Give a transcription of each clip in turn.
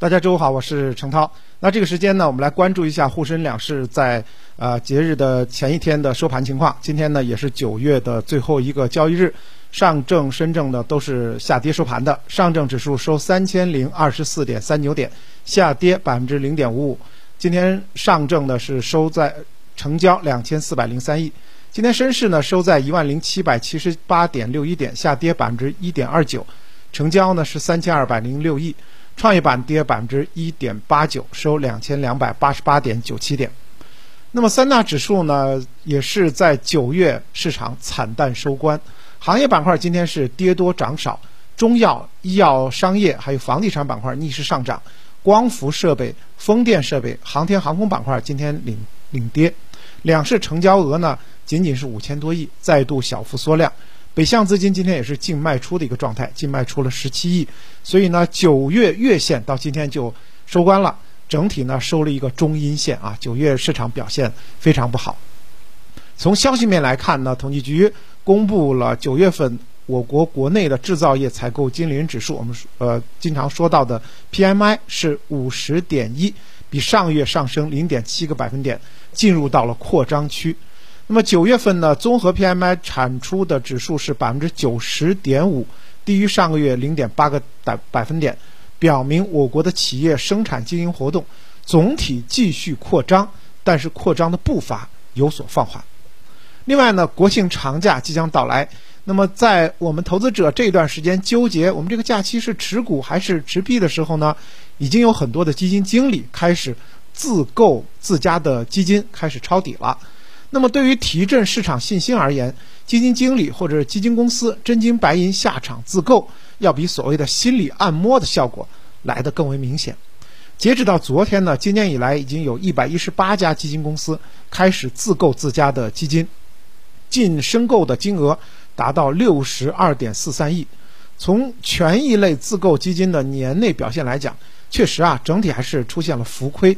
大家周五好，我是程涛。那这个时间呢，我们来关注一下沪深两市在节日的前一天的收盘情况。今天呢也是9月的最后一个交易日，上证、深证呢都是下跌收盘的。上证指数收3024.39点，下跌0.55%。今天上证呢是收在成交2403亿。今天深市呢收在10778.61点，下跌1.29%，成交呢是3206亿。创业板跌1.89%，收2288.97点。那么三大指数呢，也是在9月市场惨淡收官。行业板块今天是跌多涨少，中药、医药、商业还有房地产板块逆势上涨，光伏设备、风电设备、航天航空板块今天领跌。两市成交额呢，仅仅是5000多亿，再度小幅缩量。北向资金今天也是净卖出的一个状态，净卖出了17亿，所以呢，9月月线到今天就收官了，整体呢收了一个中阴线啊。9月市场表现非常不好。从消息面来看呢，统计局公布了9月份我国国内的制造业采购经理人指数，我们经常说到的 PMI 是50.1，比上月上升0.7个百分点，进入到了扩张区。那么9月份呢，综合 PMI 产出的指数是90.5%，低于上个月0.8个百分点，表明我国的企业生产经营活动总体继续扩张，但是扩张的步伐有所放缓。另外呢，国庆长假即将到来，那么在我们投资者这段时间纠结我们这个假期是持股还是持币的时候呢，已经有很多的基金经理开始自购自家的基金，开始抄底了。那么对于提振市场信心而言，基金经理或者基金公司真金白银下场自购，要比所谓的心理按摩的效果来得更为明显。截止到昨天呢，今年以来已经有118家基金公司开始自购自家的基金，净申购的金额达到62.43亿。从权益类自购基金的年内表现来讲，确实啊，整体还是出现了浮亏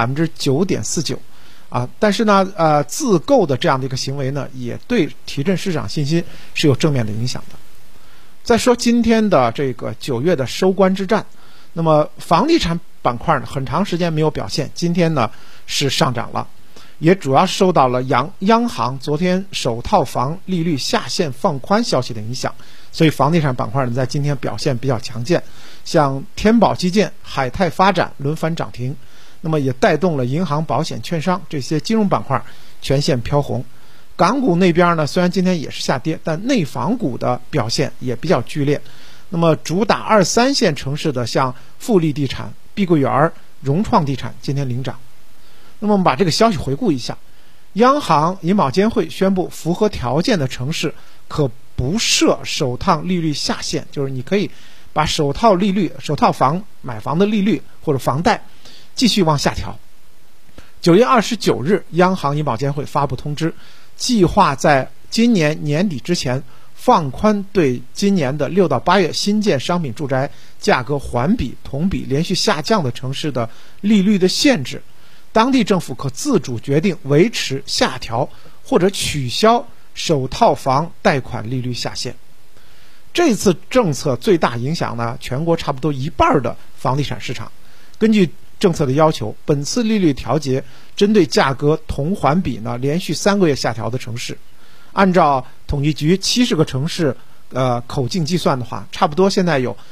9.49%。但是呢，自购的这样的一个行为呢，也对提振市场信心是有正面的影响的。再说今天的这个9月的收官之战，那么房地产板块呢，很长时间没有表现，今天呢是上涨了，也主要受到了央行昨天首套房利率下限放宽消息的影响，所以房地产板块呢在今天表现比较强健，像天宝基建、海泰发展轮番涨停。那么也带动了银行、保险、券商这些金融板块全线飘红。港股那边呢，虽然今天也是下跌，但内房股的表现也比较剧烈。那么主打2、3线城市的像富力地产、碧桂园、融创地产今天领涨。那么我们把这个消息回顾一下，央行、银保监会宣布符合条件的城市可不设首套利率下限，就是你可以把首套房买房的利率或者房贷继续往下调。9月29日，央行、银保监会发布通知，计划在今年年底之前放宽对今年的6到8月新建商品住宅价格环比、同比连续下降的城市的利率的限制，当地政府可自主决定维持、下调或者取消首套房贷款利率下限。这次政策最大影响呢，全国差不多一半的房地产市场。根据政策的要求，本次利率调节针对价格同环比呢连续3个月下调的城市，按照统计局70个城市口径计算的话，差不多现在有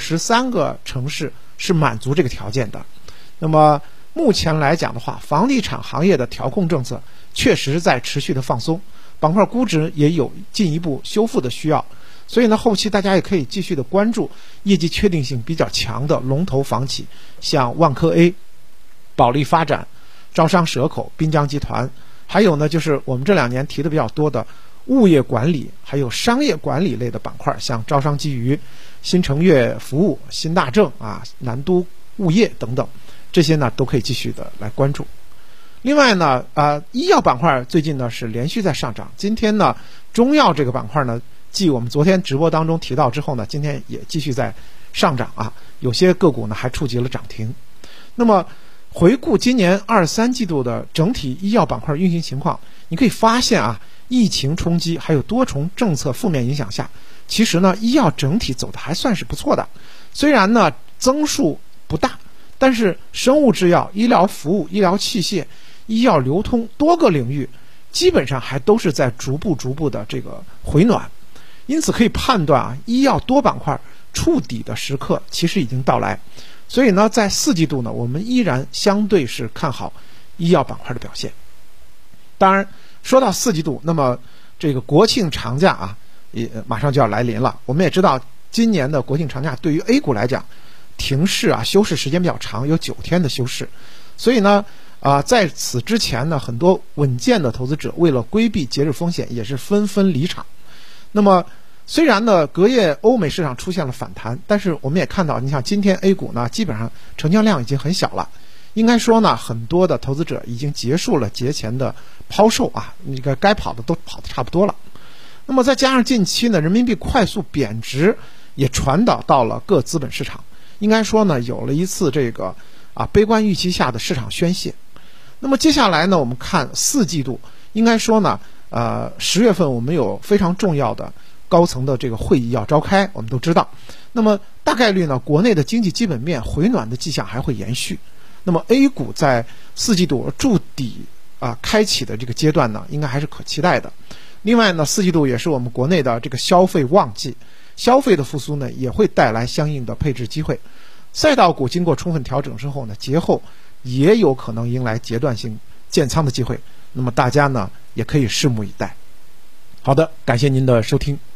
23个城市是满足这个条件的。那么目前来讲的话，房地产行业的调控政策确实在持续的放松，板块估值也有进一步修复的需要。所以呢，后期大家也可以继续的关注业绩确定性比较强的龙头房企，像万科 A、保利发展、招商蛇口、滨江集团，还有呢就是我们这2年提的比较多的物业管理还有商业管理类的板块，像招商基娱、新城悦服务、新大正南都物业等等，这些呢都可以继续的来关注。另外呢，医药板块最近呢是连续在上涨，今天呢中药这个板块呢，继我们昨天直播当中提到之后呢，今天也继续在上涨有些个股呢还触及了涨停。那么回顾今年2、3季度的整体医药板块运行情况，你可以发现疫情冲击还有多重政策负面影响下，其实呢医药整体走的还算是不错的，虽然呢增速不大， 但是生物制药、医疗服务、医疗器械、医药流通多个领域，基本上还都是在逐步的这个回暖。因此可以判断啊，医药多板块触底的时刻其实已经到来。所以呢，在4季度呢，我们依然相对是看好医药板块的表现。当然，说到4季度，那么这个国庆长假啊，也马上就要来临了。我们也知道，今年的国庆长假对于 A 股来讲，停市啊，休市时间比较长，有9天的休市。所以呢，在此之前呢，很多稳健的投资者为了规避节日风险，也是纷纷离场。那么虽然呢，隔夜欧美市场出现了反弹，但是我们也看到，你像今天 A 股呢，基本上成交量已经很小了。应该说呢，很多的投资者已经结束了节前的抛售啊，那个该跑的都跑得差不多了。那么再加上近期呢，人民币快速贬值，也传导到了各资本市场。应该说呢，有了一次这个悲观预期下的市场宣泄。那么接下来呢，我们看4季度，应该说呢，10月份我们有非常重要的高层的这个会议要召开，我们都知道。那么大概率呢，国内的经济基本面回暖的迹象还会延续。那么 A 股在4季度筑底开启的这个阶段呢，应该还是可期待的。另外呢，4季度也是我们国内的这个消费旺季，消费的复苏呢，也会带来相应的配置机会。赛道股经过充分调整之后呢，节后也有可能迎来阶段性建仓的机会。那么大家呢，也可以拭目以待。好的，感谢您的收听。